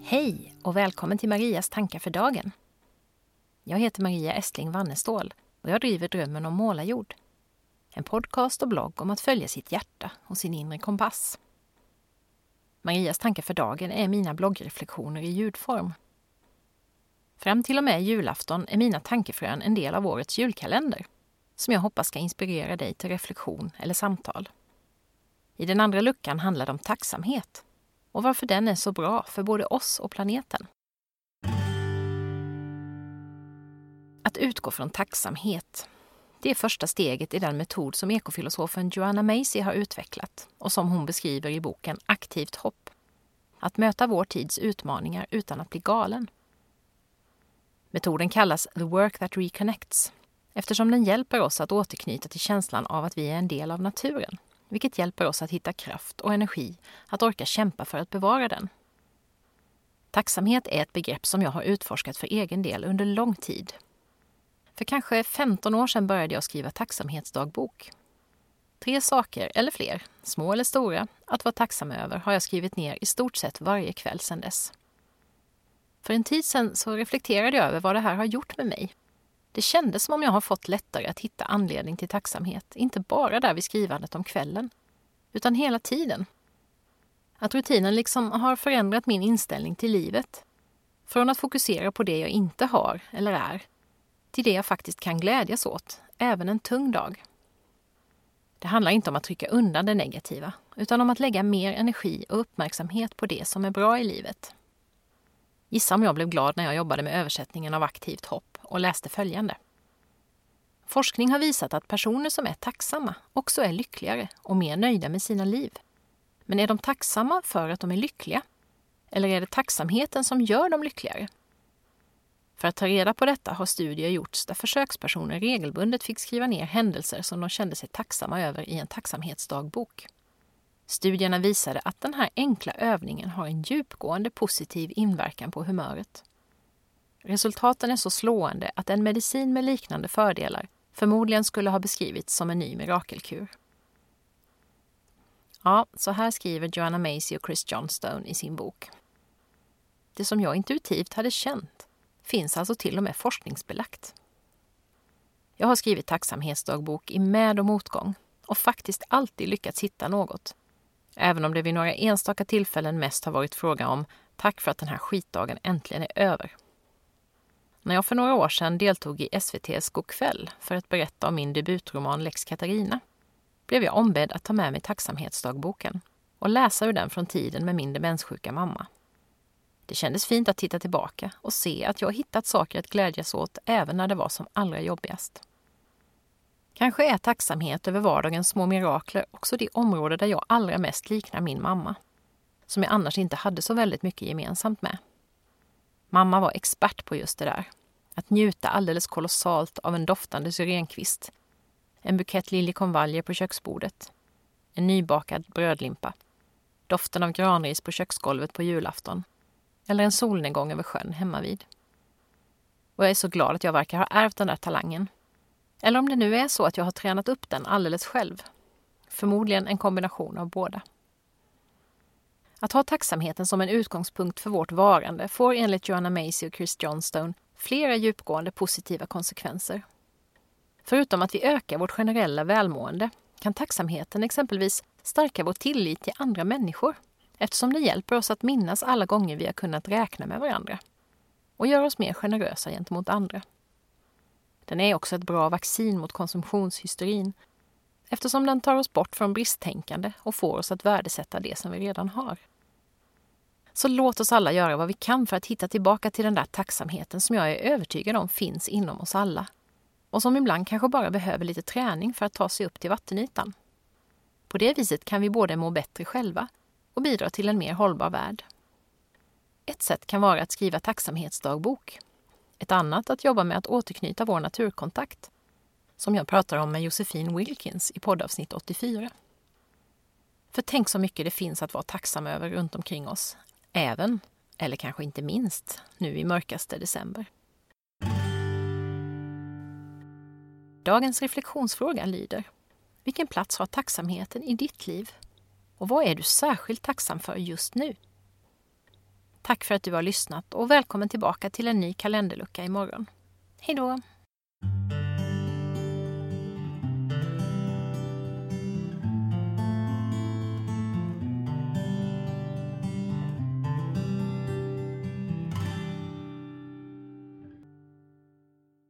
Hej och välkommen till Marias tankar för dagen. Jag heter Maria Estling Wannestål och jag driver Drömmen om målarjord. En podcast och blogg om att följa sitt hjärta och sin inre kompass. Marias tankar för dagen är mina bloggreflektioner i ljudform. Fram till och med julafton är mina tankefrön en del av årets julkalender, som jag hoppas ska inspirera dig till reflektion eller samtal. I den andra luckan handlar det om tacksamhet och varför den är så bra för både oss och planeten. Att utgå från tacksamhet, det är första steget i den metod som ekofilosofen Joanna Macy har utvecklat och som hon beskriver i boken Aktivt hopp. Att möta vår tids utmaningar utan att bli galen. Metoden kallas The Work That Reconnects eftersom den hjälper oss att återknyta till känslan av att vi är en del av naturen, vilket hjälper oss att hitta kraft och energi att orka kämpa för att bevara den. Tacksamhet är ett begrepp som jag har utforskat för egen del under lång tid. För kanske 15 år sedan började jag skriva tacksamhetsdagbok. 3 saker, eller fler, små eller stora, att vara tacksam över har jag skrivit ner i stort sett varje kväll sedan dess. För en tid sedan så reflekterade jag över vad det här har gjort med mig. Det kändes som om jag har fått lättare att hitta anledning till tacksamhet, inte bara där vid skrivandet om kvällen, utan hela tiden. Att rutinen liksom har förändrat min inställning till livet. Från att fokusera på det jag inte har eller är, till det jag faktiskt kan glädjas åt, även en tung dag. Det handlar inte om att trycka undan det negativa, utan om att lägga mer energi och uppmärksamhet på det som är bra i livet. Gissa om jag blev glad när jag jobbade med översättningen av Aktivt hopp och läste följande. Forskning har visat att personer som är tacksamma också är lyckligare och mer nöjda med sina liv. Men är de tacksamma för att de är lyckliga? Eller är det tacksamheten som gör dem lyckligare? För att ta reda på detta har studier gjorts där försökspersoner regelbundet fick skriva ner händelser som de kände sig tacksamma över i en tacksamhetsdagbok. Studierna visade att den här enkla övningen har en djupgående positiv inverkan på humöret. Resultaten är så slående att en medicin med liknande fördelar förmodligen skulle ha beskrivits som en ny mirakelkur. Ja, så här skriver Joanna Macy och Chris Johnstone i sin bok. Det som jag intuitivt hade känt finns alltså till och med forskningsbelagt. Jag har skrivit tacksamhetsdagbok i med- och motgång och faktiskt alltid lyckats hitta något. Även om det vid några enstaka tillfällen mest har varit fråga om tack för att den här skitdagen äntligen är över. När jag för några år sedan deltog i SVT:s Godkväll för att berätta om min debutroman Lex Katarina blev jag ombedd att ta med mig tacksamhetsdagboken och läsa ur den från tiden med min demenssjuka mamma. Det kändes fint att titta tillbaka och se att jag hittat saker att glädjas åt även när det var som allra jobbigast. Kanske är tacksamhet över vardagens små mirakler också det område där jag allra mest liknar min mamma, som jag annars inte hade så väldigt mycket gemensamt med. Mamma var expert på just det där, att njuta alldeles kolossalt av en doftande syrenkvist, en bukett liljekonvaljer på köksbordet, en nybakad brödlimpa, doften av granris på köksgolvet på julafton, eller en solnedgång över sjön hemma vid. Och jag är så glad att jag verkar ha ärvt den där talangen. Eller om det nu är så att jag har tränat upp den alldeles själv. Förmodligen en kombination av båda. Att ha tacksamheten som en utgångspunkt för vårt varande får enligt Joanna Macy och Chris Johnstone flera djupgående positiva konsekvenser. Förutom att vi ökar vårt generella välmående kan tacksamheten exempelvis stärka vår tillit till andra människor eftersom det hjälper oss att minnas alla gånger vi har kunnat räkna med varandra och gör oss mer generösa gentemot andra. Den är också ett bra vaccin mot konsumtionshysterin eftersom den tar oss bort från bristtänkande och får oss att värdesätta det som vi redan har. Så låt oss alla göra vad vi kan för att hitta tillbaka till den där tacksamheten som jag är övertygad om finns inom oss alla och som ibland kanske bara behöver lite träning för att ta sig upp till vattenytan. På det viset kan vi både må bättre själva och bidra till en mer hållbar värld. Ett sätt kan vara att skriva tacksamhetsdagbok. Ett annat att jobba med att återknyta vår naturkontakt, som jag pratar om med Josephine Wilkins i poddavsnitt 84. För tänk så mycket det finns att vara tacksam över runt omkring oss, även, eller kanske inte minst, nu i mörkaste december. Dagens reflektionsfråga lyder: vilken plats har tacksamheten i ditt liv? Och vad är du särskilt tacksam för just nu? Tack för att du har lyssnat och välkommen tillbaka till en ny kalenderlucka imorgon. Hej då!